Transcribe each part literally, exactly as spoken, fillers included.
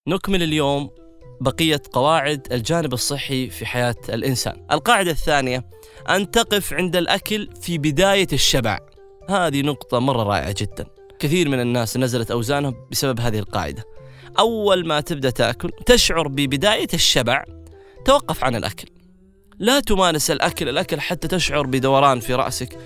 نكمل اليوم بقية قواعد الجانب الصحي في حياة الإنسان. القاعدة الثانية: أن تقف عند الأكل في بداية الشبع. هذه نقطة مرة رائعة جدا. كثير من الناس نزلت أوزانهم بسبب هذه القاعدة. أول ما تبدأ تأكل تشعر ببداية الشبع، توقف عن الأكل. لا تمارس الأكل الأكل حتى تشعر بدوران في رأسك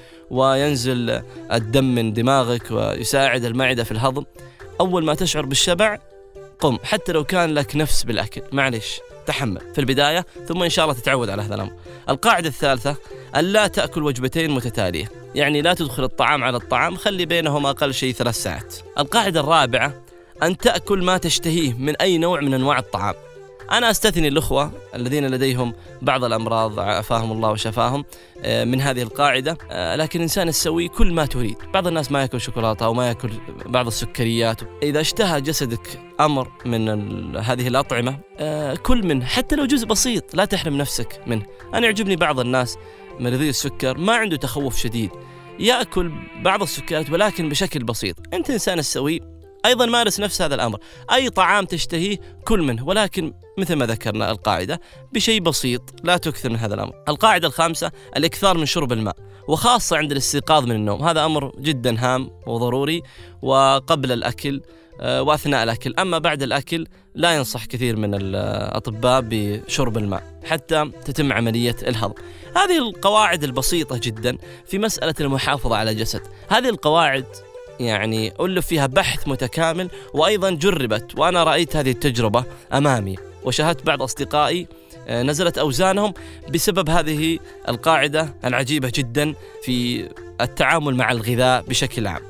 وينزل الدم من دماغك ويساعد المعدة في الهضم. أول ما تشعر بالشبع قم، حتى لو كان لك نفس بالأكل، معليش تحمل في البداية، ثم إن شاء الله تتعود على هذا الأمر. القاعدة الثالثة: أن لا تأكل وجبتين متتالية، يعني لا تدخل الطعام على الطعام، خلي بينهم أقل شيء ثلاث ساعات. القاعدة الرابعة: أن تأكل ما تشتهيه من أي نوع من أنواع الطعام. أنا أستثني الأخوة الذين لديهم بعض الأمراض عافاهم الله وشفاهم من هذه القاعدة، لكن الإنسان السوي كل ما تريد. بعض الناس ما يأكل شوكولاتة أو ما يأكل بعض السكريات. إذا اشتهى جسدك أمر من هذه الأطعمة كل منه، حتى لو جزء بسيط، لا تحرم نفسك منه. أنا يعجبني بعض الناس مريضي السكر ما عنده تخوف شديد، يأكل بعض السكريات ولكن بشكل بسيط. أنت إنسان السوي أيضا مارس نفس هذا الأمر. أي طعام تشتهيه كل منه، ولكن مثل ما ذكرنا القاعدة بشيء بسيط، لا تكثر من هذا الأمر. القاعدة الخامسة: الإكثار من شرب الماء، وخاصة عند الاستيقاظ من النوم. هذا أمر جدا هام وضروري، وقبل الأكل وأثناء الأكل. أما بعد الأكل لا ينصح كثير من الأطباء بشرب الماء حتى تتم عملية الهضم. هذه القواعد البسيطة جدا في مسألة المحافظة على الجسد. هذه القواعد يعني ألف فيها بحث متكامل، وأيضا جربت، وأنا رأيت هذه التجربة أمامي، وشاهدت بعض أصدقائي نزلت أوزانهم بسبب هذه القاعدة العجيبة جدا في التعامل مع الغذاء بشكل عام.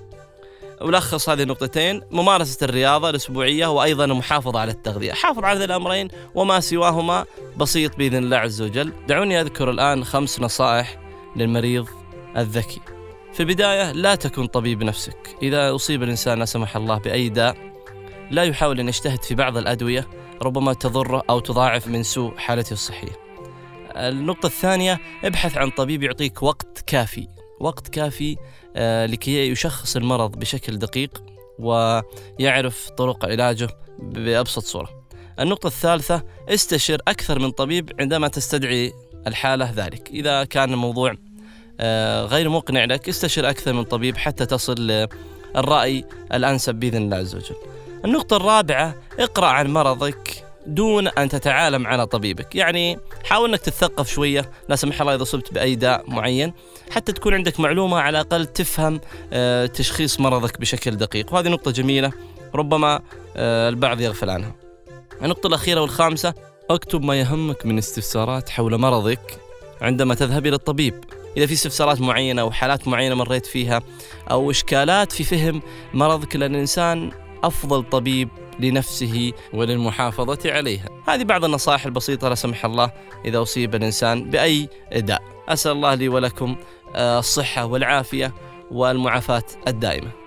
ألخص هذه النقطتين: ممارسة الرياضة الأسبوعية، وأيضا المحافظة على التغذية. حافظ على هذه الأمرين وما سواهما بسيط بإذن الله عز وجل. دعوني أذكر الآن خمس نصائح للمريض الذكي. في البداية: لا تكن طبيب نفسك. إذا أصيب الإنسان لا سمح الله بأي داء، لا يحاول أن يجتهد في بعض الأدوية، ربما تضره أو تضاعف من سوء حالته الصحية. النقطة الثانية: ابحث عن طبيب يعطيك وقت كافي، وقت كافي آه لكي يشخص المرض بشكل دقيق ويعرف طرق علاجه بأبسط صورة. النقطة الثالثة: استشر أكثر من طبيب عندما تستدعي الحالة ذلك. إذا كان الموضوع غير مقنع لك، استشر أكثر من طبيب حتى تصل للرأي الأنسب بإذن الله عز وجل. النقطة الرابعة: اقرأ عن مرضك دون أن تتعالم على طبيبك. يعني حاول أنك تتثقف شوية، لا سمح الله إذا صبت بأي داء معين، حتى تكون عندك معلومة على الأقل تفهم تشخيص مرضك بشكل دقيق. وهذه نقطة جميلة ربما البعض يغفل عنها. النقطة الأخيرة والخامسة: اكتب ما يهمك من استفسارات حول مرضك عندما تذهب إلى الطبيب. إذا في استفسارات معينة أو حالات معينة مريت فيها أو إشكالات في فهم مرضك، لأن الإنسان أفضل طبيب لنفسه وللمحافظة عليها. هذه بعض النصائح البسيطة لا سمح الله إذا أصيب الإنسان بأي داء. أسأل الله لي ولكم الصحة والعافية والمعافاة الدائمة.